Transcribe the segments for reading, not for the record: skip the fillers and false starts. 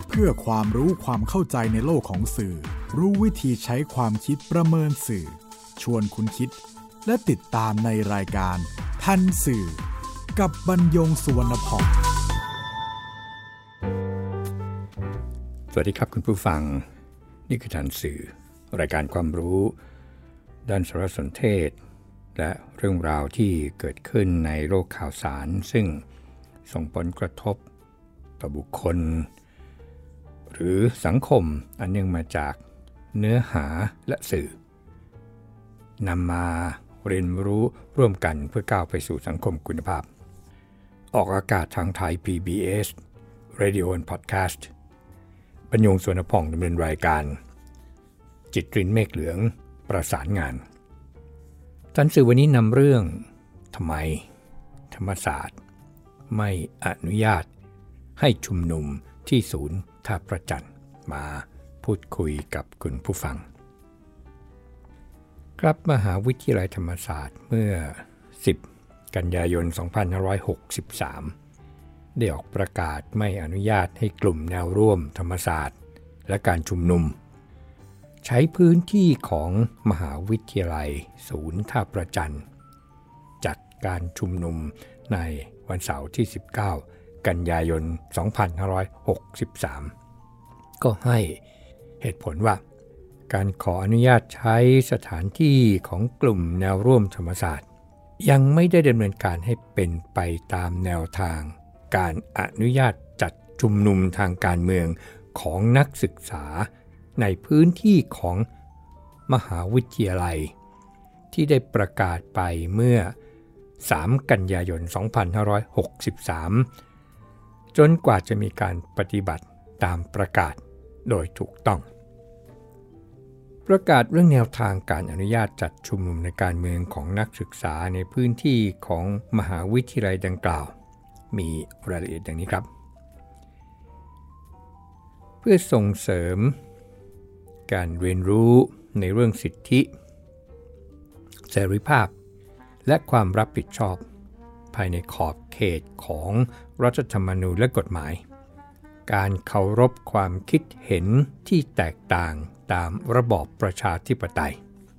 เพื่อความรู้ความเข้าใจในโลกของสื่อรู้วิธีใช้ความคิดประเมินสื่อชวนคุณคิดและติดตามในรายการทันสื่อกับบรรยงสุวรรณพรสวัสดีครับคุณผู้ฟังนี่คือทันสื่อรายการความรู้ด้านสารสนเทศและเรื่องราวที่เกิดขึ้นในโลกข่าวสารซึ่งส่งผลกระทบต่อบุคคลหรือสังคมอันเนื่องมาจากเนื้อหาและสื่อนำมาเรียนรู้ร่วมกันเพื่อก้าวไปสู่สังคมคุณภาพออกอากาศทางไทย PBS Radio and Podcast บรรยงสุวรรณพงษ์ดำเนินรายการจิตรินเมฆเหลืองประสานงานทันสื่อวันนี้นำเรื่องทำไมธรรมศาสตร์ไม่อนุญาตให้ชุมนุมที่ศูนย์ท่าพระจันทร์มาพูดคุยกับคุณผู้ฟังครับมหาวิทยาลัยธรรมศาสตร์เมื่อ10กันยายน2563ได้ออกประกาศไม่อนุญาตให้กลุ่มแนวร่วมธรรมศาสตร์และการชุมนุมใช้พื้นที่ของมหาวิทยาลัยศูนย์ท่าพระจันทร์จัดการชุมนุมในวันเสาร์ที่19กันยายน2563ก็ให้เหตุผลว่าการขออนุญาตใช้สถานที่ของกลุ่มแนวร่วมธรรมศาสตร์ยังไม่ได้ดำเนินการให้เป็นไปตามแนวทางการอนุญาตจัดชุมนุมทางการเมืองของนักศึกษาในพื้นที่ของมหาวิทยาลัยที่ได้ประกาศไปเมื่อ3กันยายน2563จนกว่าจะมีการปฏิบัติตามประกาศโดยถูกต้องประกาศเรื่องแนวทางการอนุญาตจัดชุมนุมในการเมืองของนักศึกษาในพื้นที่ของมหาวิทยาลัยดังกล่าวมีรายละเอียดดังนี้ครับเพื่อส่งเสริมการเรียนรู้ในเรื่องสิทธิเสรีภาพและความรับผิดชอบภายในขอบเขตของรัฐธรรมนูญและกฎหมายการเคารพความคิดเห็นที่แตกต่างตามระบอบประชาธิปไตย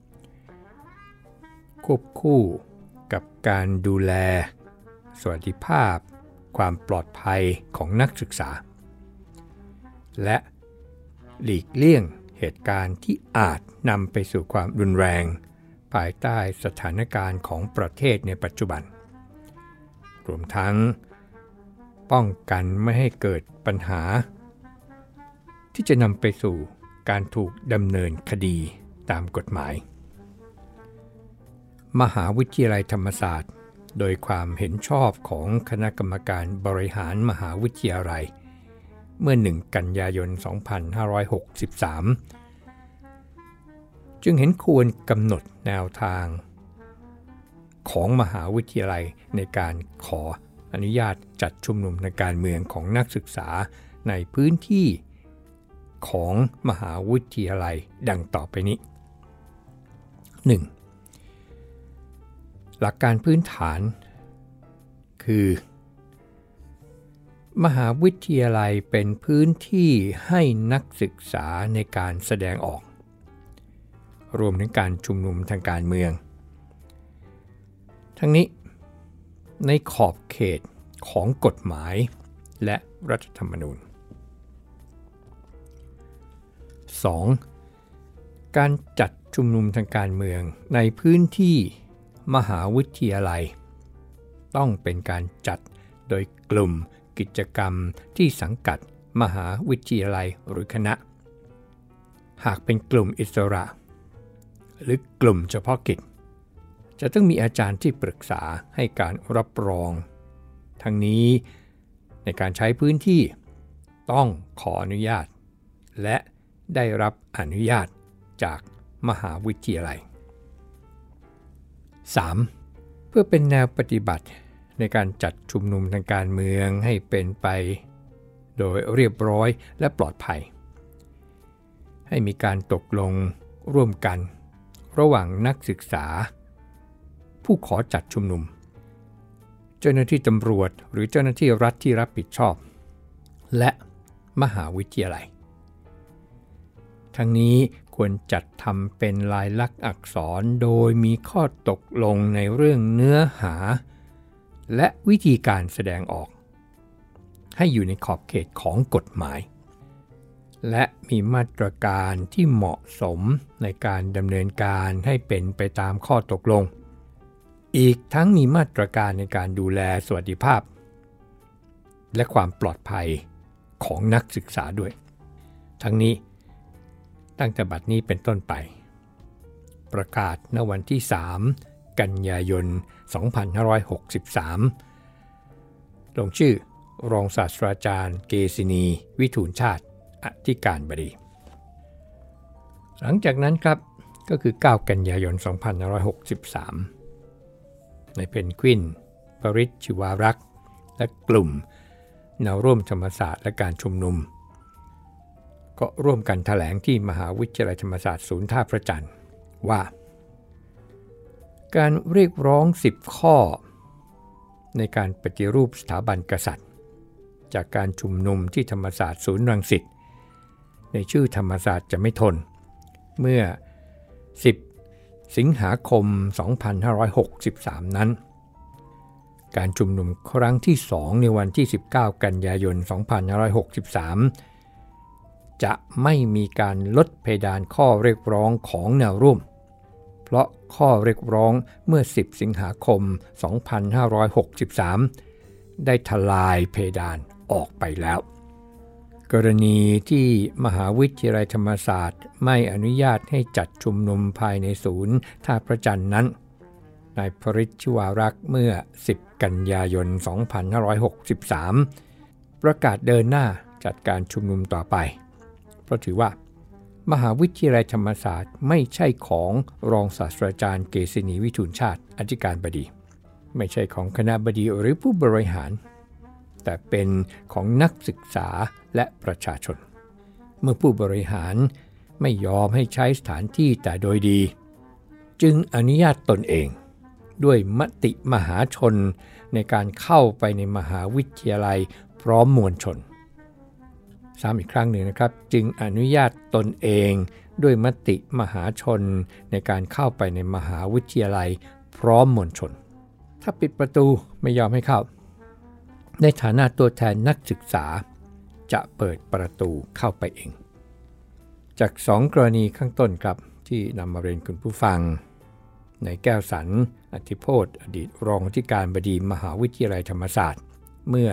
ควบคู่กับการดูแลสวัสดิภาพความปลอดภัยของนักศึกษาและหลีกเลี่ยงเหตุการณ์ที่อาจนำไปสู่ความรุนแรงภายใต้สถานการณ์ของประเทศในปัจจุบันรวมทั้งป้องกันไม่ให้เกิดปัญหาที่จะนำไปสู่การถูกดำเนินคดีตามกฎหมายมหาวิทยาลัยธรรมศาสตร์โดยความเห็นชอบของคณะกรรมการบริหารมหาวิทยาลัยเมื่อ1กันยายน2563จึงเห็นควรกำหนดแนวทางของมหาวิทยาลัยในการขออนุญาตจัดชุมนุมในการเมืองของนักศึกษาในพื้นที่ของมหาวิทยาลัยดังต่อไปนี้ 1. หลักการพื้นฐานคือมหาวิทยาลัยเป็นพื้นที่ให้นักศึกษาในการแสดงออกรวมถึงการชุมนุมทางการเมืองทั้งนี้ในขอบเขตของกฎหมายและรัฐธรรมนูญ 2. การจัดชุมนุมทางการเมืองในพื้นที่มหาวิทยาลัยต้องเป็นการจัดโดยกลุ่มกิจกรรมที่สังกัดมหาวิทยาลัยหรือคณะหากเป็นกลุ่มอิสระหรือกลุ่มเฉพาะกิจจะต้องมีอาจารย์ที่ปรึกษาให้การรับรองทั้งนี้ในการใช้พื้นที่ต้องขออนุญาตและได้รับอนุญาตจากมหาวิทยาลัย 3. เพื่อเป็นแนวปฏิบัติในการจัดชุมนุมทางการเมืองให้เป็นไปโดยเรียบร้อยและปลอดภัยให้มีการตกลงร่วมกันระหว่างนักศึกษาผู้ขอจัดชุมนุมเจ้าหน้าที่ตำรวจหรือเจ้าหน้าที่รัฐที่รับผิดชอบและมหาวิทยาลัยทั้งนี้ควรจัดทำเป็นลายลักษณ์อักษรโดยมีข้อตกลงในเรื่องเนื้อหาและวิธีการแสดงออกให้อยู่ในขอบเขตของกฎหมายและมีมาตรการที่เหมาะสมในการดำเนินการให้เป็นไปตามข้อตกลงอีกทั้งมีมาตรการในการดูแลสวัสดิภาพและความปลอดภัยของนักศึกษาด้วยทั้งนี้ตั้งแต่บัดนี้เป็นต้นไปประกาศณวันที่3กันยายน2563ลงชื่อรองศาสตราจารย์เกษินีวิทูลชาติอธิการบดีหลังจากนั้นครับก็คือ9กันยายน2563ในเพนกวินปริชชิวารักษ์และกลุ่มแนวร่วมธรรมศาสตร์และการชุมนุมก็ร่วมกันแถลงที่มหาวิทยาลัยธรรมศาสตร์ศูนย์ท่าพระจันทร์ว่าการเรียกร้อง10ข้อในการปฏิรูปสถาบันกษัตริย์จากการชุมนุมที่ธรรมศาสตร์ศูนย์รังสิตในชื่อธรรมศาสตร์จะไม่ทนเมื่อ10สิงหาคม2563นั้นการชุมนุมครั้งที่2ในวันที่19กันยายน2563จะไม่มีการลดเพดานข้อเรียกร้องของแนวร่วมเพราะข้อเรียกร้องเมื่อ10สิงหาคม2563ได้ทลายเพดานออกไปแล้วกรณีที่มหาวิทยาลัยธรรมศาสตร์ไม่อนุญาตให้จัดชุมนุมภายในศูนย์ท่าพระจันทร์นั้นนายปริชชิวารักษ์เมื่อ10กันยายน2563ประกาศเดินหน้าจัดการชุมนุมต่อไปเพราะถือว่ามหาวิทยาลัยธรรมศาสตร์ไม่ใช่ของรองศาสตราจารย์เกษินีวิทูลชาติอธิการบดีไม่ใช่ของคณบดีหรือผู้บริหารแต่เป็นของนักศึกษาและประชาชนเมื่อผู้บริหารไม่ยอมให้ใช้สถานที่แต่โดยดีจึงอนุญาตตนเองด้วยมติมหาชนในการเข้าไปในมหาวิทยาลัยพร้อมมวลชนซ้ำอีกครั้งหนึ่งนะครับจึงอนุญาตตนเองด้วยมติมหาชนในการเข้าไปในมหาวิทยาลัยพร้อมมวลชนถ้าปิดประตูไม่ยอมให้เข้าในฐานะตัวแทนนักศึกษาจะเปิดประตูเข้าไปเองจาก2กรณีข้างต้นครับที่นำมาเรียนคุณผู้ฟังในแก้วสันอธิโพธิ์อดีตรองอธิการบดีมหาวิทยาลัยธรรมศาสตร์เมื่อ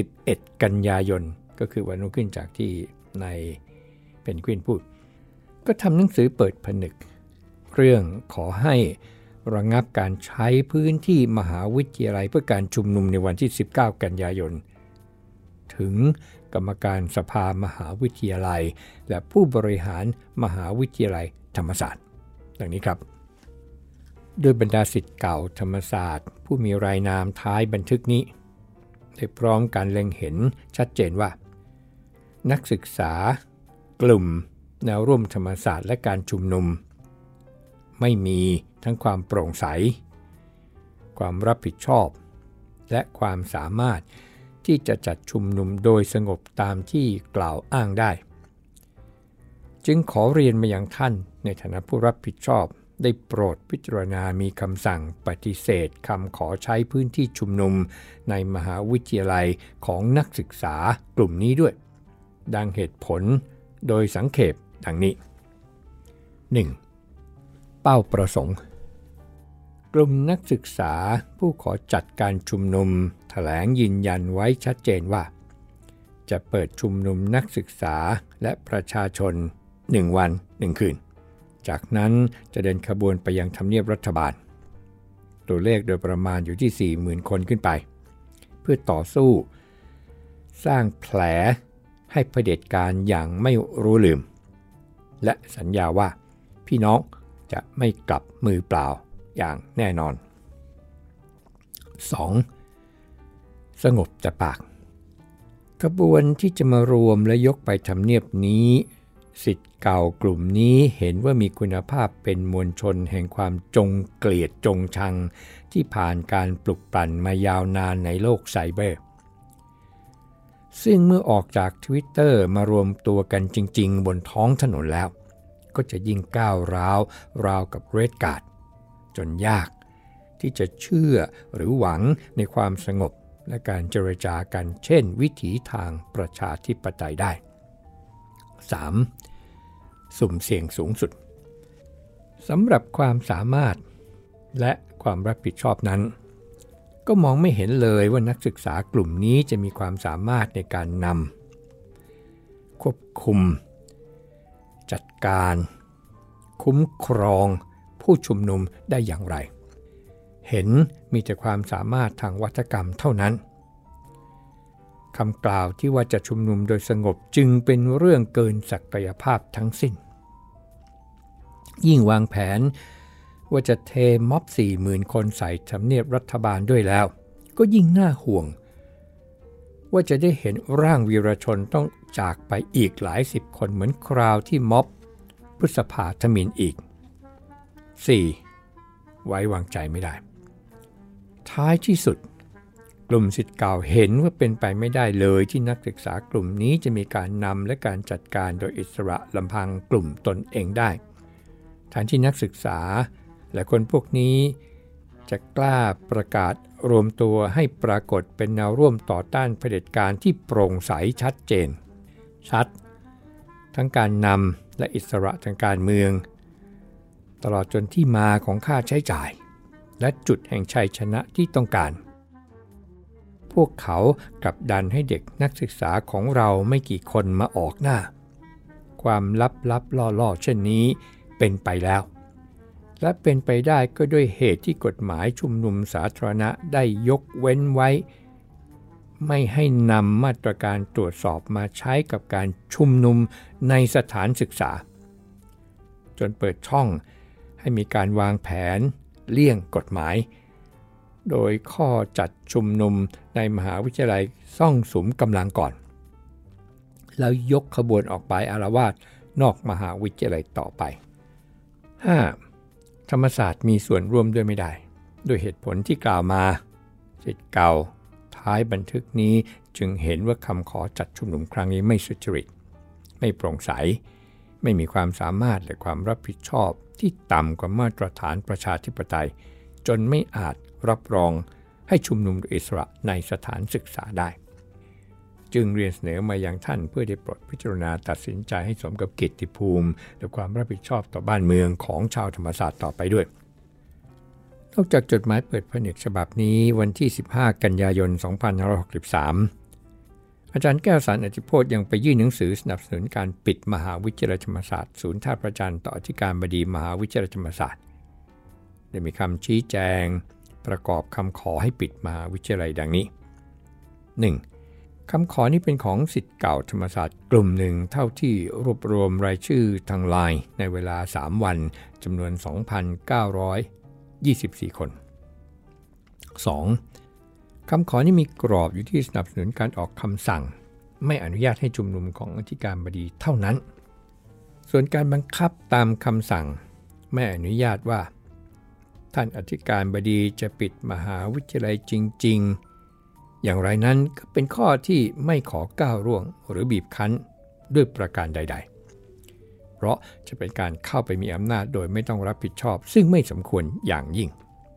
11กันยายนก็คือวันรุ่งขึ้นจากที่ในเพนกวินพูดก็ทำหนังสือเปิดผนึกเรื่องขอให้ระงับการใช้พื้นที่มหาวิทยาลัยเพื่อการชุมนุมในวันที่19กันยายนถึงกรรมการสภามหาวิทยาลัยและผู้บริหารมหาวิทยาลัยธรรมศาสตร์ดังนี้ครับโดยบรรดาศิษย์เก่าธรรมศาสตร์ผู้มีรายนามท้ายบันทึกนี้ได้พร้อมการเล็งเห็นชัดเจนว่านักศึกษากลุ่มแนวร่วมธรรมศาสตร์และการชุมนุมไม่มีทั้งความโปร่งใสความรับผิดชอบและความสามารถที่จะจัดชุมนุมโดยสงบตามที่กล่าวอ้างได้จึงขอเรียนมายังท่านในฐานะผู้รับผิดชอบได้โปรดพิจารณามีคำสั่งปฏิเสธคำขอใช้พื้นที่ชุมนุมในมหาวิทยาลัยของนักศึกษากลุ่มนี้ด้วยดังเหตุผลโดยสังเขปดังนี้ 1. เป้าประสงค์กลุ่มนักศึกษาผู้ขอจัดการชุมนุมแถลงยืนยันไว้ชัดเจนว่าจะเปิดชุมนุมนักศึกษาและประชาชน1 วัน 1 คืนจากนั้นจะเดินขบวนไปยังทำเนียบรัฐบาลตัวเลขโดยประมาณอยู่ที่ 40,000 คนขึ้นไปเพื่อต่อสู้สร้างแผลให้เผด็จการอย่างไม่รู้ลืมและสัญญาว่าพี่น้องจะไม่กลับมือเปล่าอย่างแน่นอน 2. สงบแต่ปากขบวนที่จะมารวมและยกไปทำเนียบนี้ศิษย์เก่ากลุ่มนี้เห็นว่ามีคุณภาพเป็นมวลชนแห่งความจงเกลียดจงชังที่ผ่านการปลุกปั่นมายาวนานในโลกไซเบอร์ซึ่งเมื่อออกจาก Twitter มารวมตัวกันจริงๆบนท้องถนนแล้วก็จะยิ่งก้าวร้าวราวกับเรดการ์ดจนยากที่จะเชื่อหรือหวังในความสงบและการเจรจากันเช่นวิถีทางประชาธิปไตยได้ 3. สุ่มเสี่ยงสูงสุดสำหรับความสามารถและความรับผิดชอบนั้นก็มองไม่เห็นเลยว่านักศึกษากลุ่มนี้จะมีความสามารถในการนำควบคุมจัดการคุ้มครองผู้ชุมนุมได้อย่างไรเห็นมีแต่ความสามารถทางวัฒกรรมเท่านั้นคำกล่าวที่ว่าจะชุมนุมโดยสงบจึงเป็นเรื่องเกินศักยภาพทั้งสิ้นยิ่งวางแผนว่าจะเทม็อบ 40,000 คนใส่ทำเนียบรัฐบาลด้วยแล้วก็ยิ่งน่าห่วงว่าจะได้เห็นร่างวีรชนต้องจากไปอีกหลายสิบคนเหมือนคราวที่ม็อบพฤษภาธมิฬอีก 4. ไว้วางใจไม่ได้ท้ายที่สุดกลุ่มศิษย์เก่าเห็นว่าเป็นไปไม่ได้เลยที่นักศึกษากลุ่มนี้จะมีการนำและการจัดการโดยอิสระลำพังกลุ่มตนเองได้แทนที่นักศึกษาและคนพวกนี้จะกล้าประกาศรวมตัวให้ปรากฏเป็นแนวร่วมต่อต้านเผด็จการที่โปร่งใสชัดเจนชัดทั้งการนำและอิสระทางการเมืองตลอดจนที่มาของค่าใช้จ่ายและจุดแห่งชัยชนะที่ต้องการพวกเขากลับดันให้เด็กนักศึกษาของเราไม่กี่คนมาออกหน้าความลับล่อเช่นนี้เป็นไปแล้วและเป็นไปได้ก็ด้วยเหตุที่กฎหมายชุมนุมสาธารณะได้ยกเว้นไว้ไม่ให้นำมาตรการตรวจสอบมาใช้กับการชุมนุมในสถานศึกษาจนเปิดช่องให้มีการวางแผนเลี่ยงกฎหมายโดยข้อจัดชุมนุมในมหาวิทยาลัยซ่องสุมกำลังก่อนแล้วยกขบวนออกไปอาละวาดนอกมหาวิทยาลัยต่อไป 5. ธรรมศาสตร์มีส่วนร่วมด้วยไม่ได้ด้วยเหตุผลที่กล่าวมาศิษย์เก่าท้ายบันทึกนี้จึงเห็นว่าคำขอจัดชุมนุมครั้งนี้ไม่สุจริตไม่โปร่งใสไม่มีความสามารถและความรับผิดชอบที่ต่ำกว่ามาตรฐานประชาธิปไตยจนไม่อาจรับรองให้ชุมนุมโดยอิสระในสถานศึกษาได้จึงเรียนเสนอมายังท่านเพื่อได้โปรดพิจารณาตัดสินใจให้สมกับเกียรติภูมิและความรับผิดชอบต่อบ้านเมืองของชาวธรรมศาสตร์ต่อไปด้วยนอกจากจดหมายเปิดผนึกฉบับนี้วันที่15กันยายน2563อาจารย์แก้วสารอธิโพธิ์ยังไปยื่นหนังสือสนับสนุนการปิดมหาวิทยาลัยธรรมศาสตร์ศูนย์ท่าพระจันทร์ต่ออธิการบดีมหาวิทยาลัยธรรมศาสตร์ได้มีคำชี้แจงประกอบคำขอให้ปิดมหาวิทยาลัยดังนี้ 1. คำขอนี้เป็นของศิษย์เก่าธรรมศาสตร์กลุ่มหนึ่งเท่าที่รวบรวมรายชื่อทางไลน์ในเวลา3วันจำนวน 2,924 คน 2. คำขอนี้มีกรอบอยู่ที่สนับสนุนการออกคำสั่งไม่อนุญาตให้ชุมนุมของอธิการบดีเท่านั้นส่วนการบังคับตามคำสั่งไม่อนุญาตว่าท่านอธิการบดีจะปิดมหาวิทยาลัยจริงๆอย่างไรนั้นก็เป็นข้อที่ไม่ขอก้าวล่วงหรือบีบคั้นด้วยประการใดๆเพราะจะเป็นการเข้าไปมีอำนาจโดยไม่ต้องรับผิดชอบซึ่งไม่สมควรอย่างยิ่ง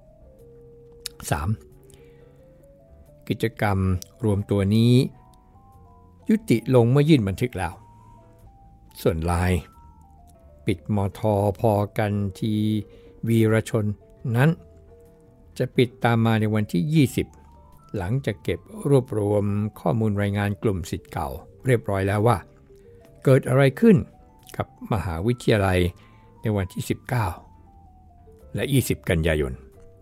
3. กิจกรรมรวมตัวนี้ยุติลงเมื่อยื่นบันทึกแล้วส่วนไลน์ปิดมทพอกันทีวีรชนนั้นจะปิดตามมาในวันที่20หลังจากเก็บรวบรวมข้อมูลรายงานกลุ่มศิษย์เก่าเรียบร้อยแล้วว่าเกิดอะไรขึ้นกับมหาวิทยาลัยในวันที่19และ20กันยายน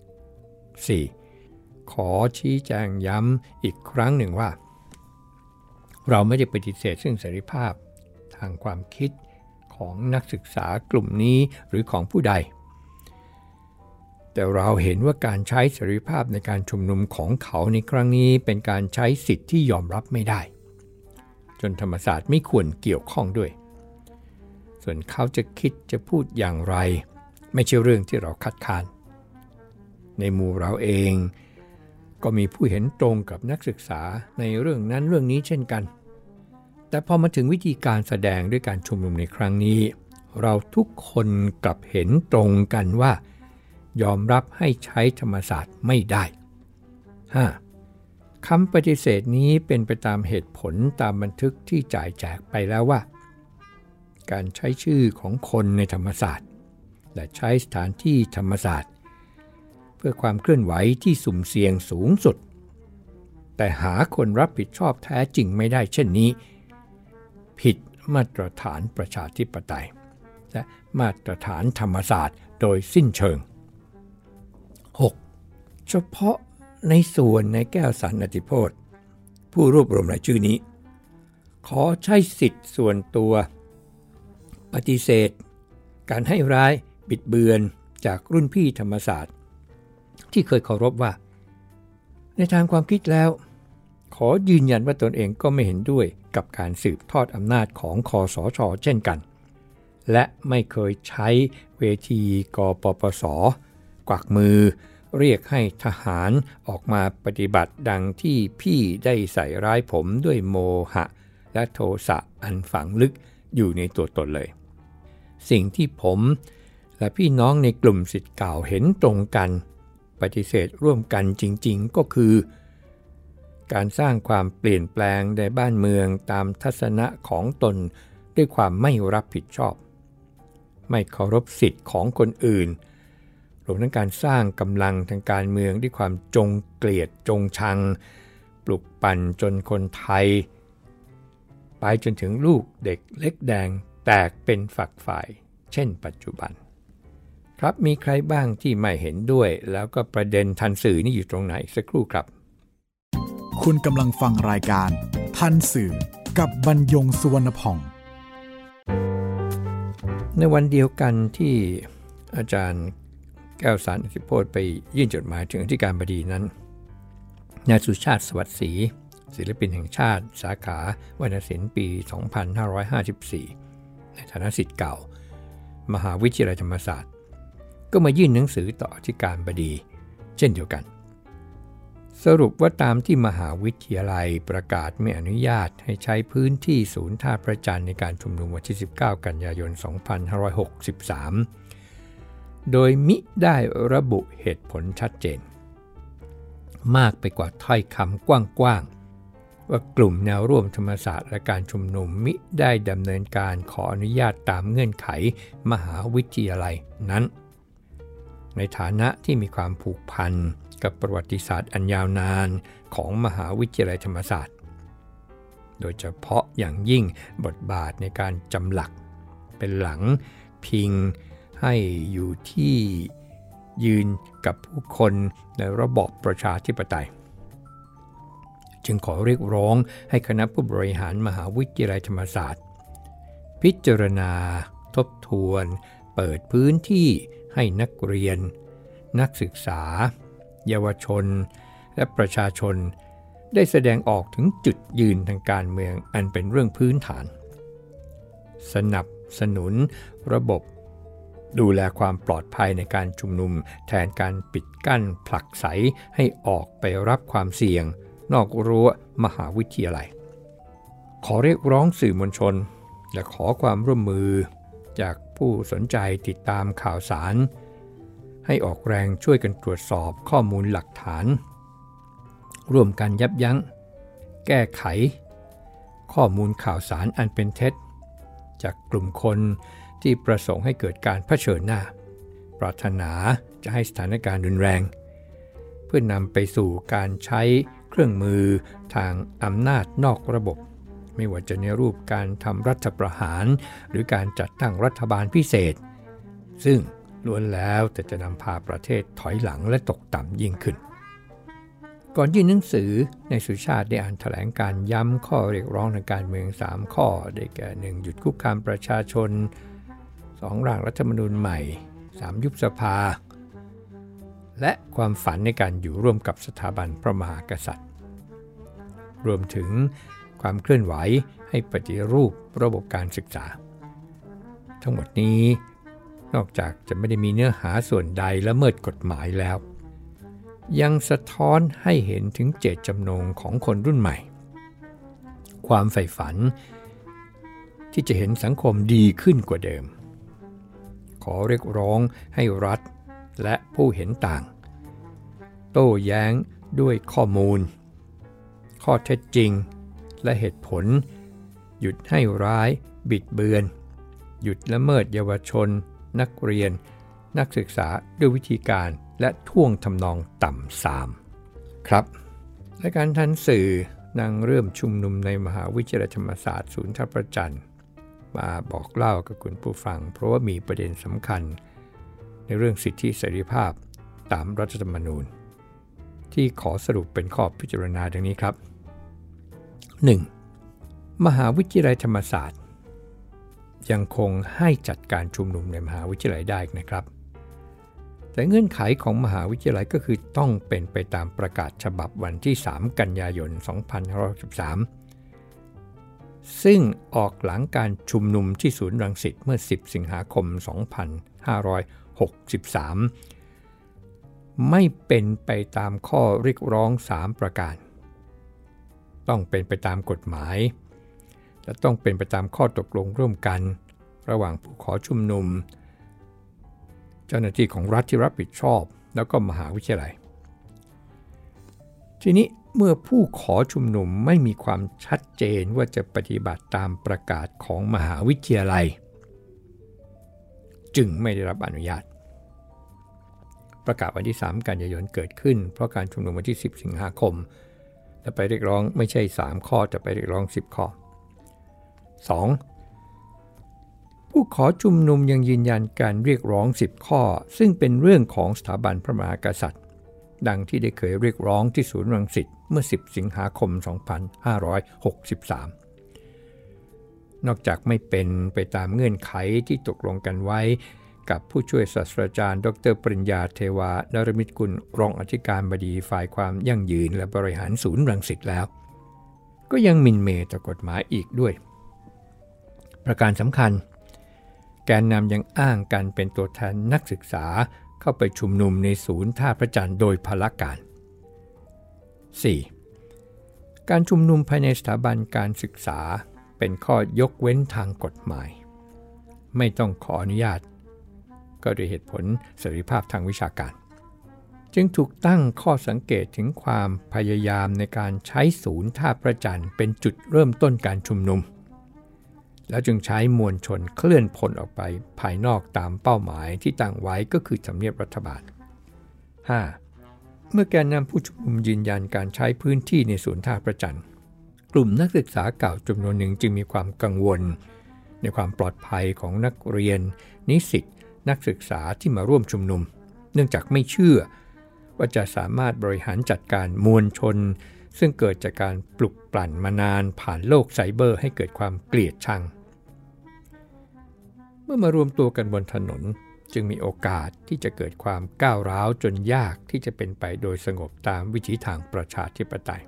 4. ขอชี้แจงย้ำอีกครั้งหนึ่งว่าเราไม่ได้ปฏิเสธซึ่งเสรีภาพทางความคิดของนักศึกษากลุ่มนี้หรือของผู้ใดแต่เราเห็นว่าการใช้เสรีภาพในการชุมนุมของเขาในครั้งนี้เป็นการใช้สิทธิ์ที่ยอมรับไม่ได้จนธรรมศาสตร์ไม่ควรเกี่ยวข้องด้วยส่วนเขาจะคิดจะพูดอย่างไรไม่ใช่เรื่องที่เราคัดค้านในหมู่เราเองก็มีผู้เห็นตรงกับนักศึกษาในเรื่องนั้นเรื่องนี้เช่นกันแต่พอมาถึงวิธีการแสดงด้วยการชุมนุมในครั้งนี้เราทุกคนกลับเห็นตรงกันว่ายอมรับให้ใช้ธรรมศาสตร์ไม่ได้ 5. คำปฏิเสธนี้เป็นไปตามเหตุผลตามบันทึกที่จ่ายแจกไปแล้วว่าการใช้ชื่อของคนในธรรมศาสตร์และใช้สถานที่ธรรมศาสตร์เพื่อความเคลื่อนไหวที่สุ่มเสี่ยงสูงสุดแต่หาคนรับผิดชอบแท้จริงไม่ได้เช่นนี้ผิดมาตรฐานประชาธิปไตยและมาตรฐานธรรมศาสตร์โดยสิ้นเชิง 6. เฉพาะในส่วนในแก้วสรรอติโพธิ์ผู้รวบรวมรายชื่อนี้ขอใช้สิทธิ์ส่วนตัวปฏิเสธการให้ร้ายบิดเบือนจากรุ่นพี่ธรรมศาสตร์ที่เคยเคารพว่าในทางความคิดแล้วขอยืนยันว่าตนเองก็ไม่เห็นด้วยกับการสืบทอดอำนาจของคสช.เช่นกันและไม่เคยใช้เวทีกปปส.กวักมือเรียกให้ทหารออกมาปฏิบัติดังที่พี่ได้ใส่ร้ายผมด้วยโมหะและโทสะอันฝังลึกอยู่ในตัวตนเลยสิ่งที่ผมและพี่น้องในกลุ่มศิษย์เก่าเห็นตรงกันปฏิเสธร่วมกันจริงๆก็คือการสร้างความเปลี่ยนแปลงในบ้านเมืองตามทัศนะของตนด้วยความไม่รับผิดชอบไม่เคารพสิทธิ์ของคนอื่นรวมทั้งการสร้างกำลังทางการเมืองด้วยความจงเกลียดจงชังปลุกปั่นจนคนไทยไปจนถึงลูกเด็กเล็กแดงแตกเป็นฝักฝ่ายเช่นปัจจุบันครับมีใครบ้างที่ไม่เห็นด้วยแล้วก็ประเด็นทันสื่อนี่อยู่ตรงไหนสักครู่ครับคุณกำลังฟังรายการทันสื่อกับบรรยงสุวรรณพองในวันเดียวกันที่อาจารย์แก้วสรรอติโพธิ์ไปยื่นจดหมายถึงอธิการบดีนั้นนายสุชาติสวัสดิ์ศรีศิลปินแห่งชาติสาขาวรรณศิลป์ปี 2554 ในฐานะศิษย์เก่ามหาวิทยาลัยธรรมศาสตร์ก็มายื่นหนังสือต่ออธิการบดีเช่นเดียวกันสรุปว่าตามที่มหาวิทยาลัยประกาศไม่อนุญาตให้ใช้พื้นที่ศูนย์ท่าพระจันทร์ในการชุมนุมวันที่ 19 กันยายน 2563 โดยมิได้ระบุเหตุผลชัดเจนมากไปกว่าถ้อยคำกว้างๆว่ากลุ่มแนวร่วมธรรมศาสตร์และการชุมนุมมิได้ดำเนินการขออนุญาตตามเงื่อนไขมหาวิทยาลัยนั้นในฐานะที่มีความผูกพันกับประวัติศาสตร์อันยาวนานของมหาวิทยาลัยธรรมศาสตร์โดยเฉพาะอย่างยิ่งบทบาทในการจำหลักเป็นหลังพิงให้อยู่ที่ยืนกับผู้คนในระบอบประชาธิปไตยจึงขอเรียกร้องให้คณะผู้บริหารมหาวิทยาลัยธรรมศาสตร์พิจารณาทบทวนเปิดพื้นที่ให้นักเรียนนักศึกษาเยาวชนและประชาชนได้แสดงออกถึงจุดยืนทางการเมืองอันเป็นเรื่องพื้นฐานสนับสนุนระบบดูแลความปลอดภัยในการชุมนุมแทนการปิดกั้นผลักไสให้ออกไปรับความเสี่ยงนอกรั้วมหาวิทยาลัยขอเรียกร้องสื่อมวลชนและขอความร่วมมือจากผู้สนใจติดตามข่าวสารให้ออกแรงช่วยกันตรวจสอบข้อมูลหลักฐานร่วมกันยับยั้งแก้ไขข้อมูลข่าวสารอันเป็นเท็จจากกลุ่มคนที่ประสงค์ให้เกิดการเผชิญหน้าปรารถนาจะให้สถานการณ์รุนแรงเพื่อนำไปสู่การใช้เครื่องมือทางอำนาจนอกระบบไม่ว่าจะในรูปการทำรัฐประหารหรือการจัดตั้งรัฐบาลพิเศษซึ่งล้วนแล้วแต่จะนำพาประเทศถอยหลังและตกต่ำยิ่งขึ้นก่อนยื่นหนังสือในสุชาติได้อ่านแถลงการย้ำข้อเรียกร้องทางการเมือง3ข้อได้แก่ 1. หยุดคุกคามประชาชน 2. ร่างรัฐธรรมนูญใหม่ 3. ยุบสภาและความฝันในการอยู่ร่วมกับสถาบันพระมหากษัตริย์รวมถึงความเคลื่อนไหวให้ปฏิรูประบบการศึกษาทั้งหมดนี้นอกจากจะไม่ได้มีเนื้อหาส่วนใดละเมิดกฎหมายแล้วยังสะท้อนให้เห็นถึงเจตจำนงของคนรุ่นใหม่ความใฝ่ฝันที่จะเห็นสังคมดีขึ้นกว่าเดิมขอเรียกร้องให้รัฐและผู้เห็นต่างโต้แย้งด้วยข้อมูลข้อเท็จจริงและเหตุผลหยุดให้ร้ายบิดเบือนหยุดละเมิดเยาวชนนักเรียนนักศึกษาด้วยวิธีการและท่วงทำนองต่ำทรามครับและการทันสื่อนางเริ่มชุมนุมในมหาวิทยาลัยธรรมศาสตร์ศูนย์ท่าพระจันทร์มาบอกเล่ากับคุณผู้ฟังเพราะว่ามีประเด็นสำคัญในเรื่องสิทธิเสรีภาพตามรัฐธรรมนูญที่ขอสรุปเป็นข้อพิจารณาดังนี้ครับ 1. มหาวิทยาลัยธรรมศาสตร์ยังคงให้จัดการชุมนุมในมหาวิทยาลัยได้นะครับแต่เงื่อนไขของมหาวิทยาลัยก็คือต้องเป็นไปตามประกาศฉบับวันที่3กันยายน2563ซึ่งออกหลังการชุมนุมที่ศูนย์รังสิตเมื่อ10สิงหาคม2563ไม่เป็นไปตามข้อเรียกร้อง3ประการต้องเป็นไปตามกฎหมายและต้องเป็นไปตามข้อตกลงร่วมกันระหว่างผู้ขอชุมนุมเจ้าหน้าที่ของรัฐที่รับผิดชอบแล้วก็มหาวิทยาลัยทีนี้เมื่อผู้ขอชุมนุมไม่มีความชัดเจนว่าจะปฏิบัติตามประกาศของมหาวิทยาลัยจึงไม่ได้รับอนุญาตประกาศวันที่3กันยายนเกิดขึ้นเพราะการชุมนุมวันที่10สิงหาคมและไปเรียกร้องไม่ใช่3ข้อแต่ไปเรียกร้อง10ข้อ 2. ผู้ขอชุมนุมยังยืนยันการเรียกร้อง10ข้อซึ่งเป็นเรื่องของสถาบันพระมหากษัตริย์ดังที่ได้เคยเรียกร้องที่ศูนย์รังสิตเมื่อ10สิงหาคม2563นอกจากไม่เป็นไปตามเงื่อนไขที่ตกลงกันไว้กับผู้ช่วยศาสตราจารย์ดร.ปริญญาเทวานรมิตกุลรองอธิการบดีฝ่ายความยั่งยืนและบริหารศูนย์รังสิตแล้วก็ยังหมิ่นเหม่ต่อกฎหมายอีกด้วยประการสำคัญแกนนำยังอ้างกันเป็นตัวแทนนักศึกษาเข้าไปชุมนุมในศูนย์ท่าพระจันทร์โดยพลการ 4. การชุมนุมภายในสถาบันการศึกษาเป็นข้อยกเว้นทางกฎหมายไม่ต้องขออนุญาตก็ด้วยเหตุผลเสรีภาพทางวิชาการจึงถูกตั้งข้อสังเกตถึงความพยายามในการใช้ศูนย์ท่าพระจันทร์เป็นจุดเริ่มต้นการชุมนุมแล้วจึงใช้มวลชนเคลื่อนพลออกไปภายนอกตามเป้าหมายที่ตั้งไว้ก็คือทำเนียบรัฐบาล 5. เมื่อแกนนำผู้ชุมนุมยืนยันการใช้พื้นที่ในศูนย์ท่าพระจันทร์กลุ่มนักศึกษาเก่าจำนวนหนึ่งจึงมีความกังวลในความปลอดภัยของนักเรียนนิสิตนักศึกษาที่มาร่วมชุมนุมเนื่องจากไม่เชื่อว่าจะสามารถบริหารจัดการมวลชนซึ่งเกิดจากการปลุกปลั่นมานานผ่านโลกไซเบอร์ให้เกิดความเกลียดชังเมื่อมารวมตัวกันบนถนนจึงมีโอกาสที่จะเกิดความก้าวร้าวจนยากที่จะเป็นไปโดยสงบตามวิถีทางประชาธิปไตย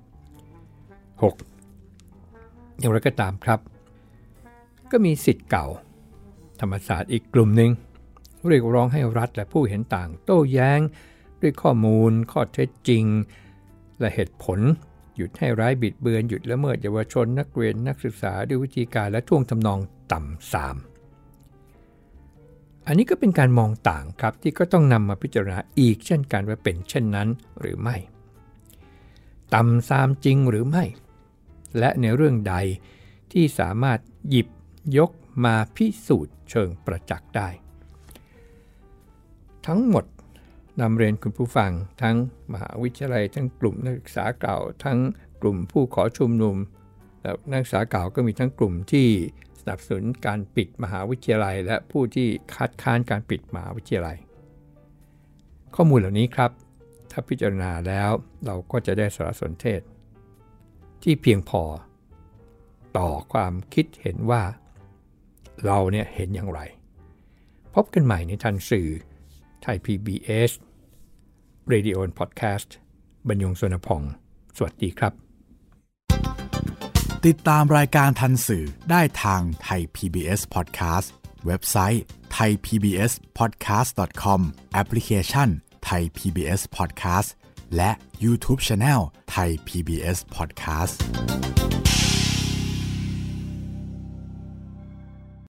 6. อย่างไรก็ตามครับก็มีศิษย์เก่าธรรมศาสตร์อีกกลุ่มหนึ่งเรียกร้องให้รัฐและผู้เห็นต่างโต้แย้งด้วยข้อมูลข้อเท็จจริงและเหตุผลหยุดให้ร้ายบิดเบือนหยุดละเมิดเยาวชนนักเรียนนักศึกษาด้วยวิธีการและท่วงทำนองต่ำทรามอันนี้ก็เป็นการมองต่างครับที่ก็ต้องนำมาพิจารณาอีกเช่นกันว่าเป็นเช่นนั้นหรือไม่ต่ำทรามจริงหรือไม่และในเรื่องใดที่สามารถหยิบยกมาพิสูจน์เชิงประจักษ์ได้ทั้งหมดนำเรียนคุณผู้ฟังทั้งมหาวิทยาลัยทั้งกลุ่มนักศึกษาเก่าทั้งกลุ่มผู้ขอชุมนุมแล้วนักศึกษาเก่าก็มีทั้งกลุ่มที่สนับสนุนการปิดมหาวิทยาลัยและผู้ที่คัดค้านการปิดมหาวิทยาลัยข้อมูลเหล่านี้ครับถ้าพิจารณาแล้วเราก็จะได้สารสนเทศที่เพียงพอต่อความคิดเห็นว่าเราเนี่ยเห็นอย่างไรพบกันใหม่ในทันสื่อไทย PBS Radio and Podcast บรรยงสนพงศ์สวัสดีครับติดตามรายการทันสื่อได้ทางไทย PBS Podcast เว็บไซต์ thaipbspodcast.com แอปพลิเคชัน Thai PBS Podcast และ YouTube Channel Thai PBS Podcast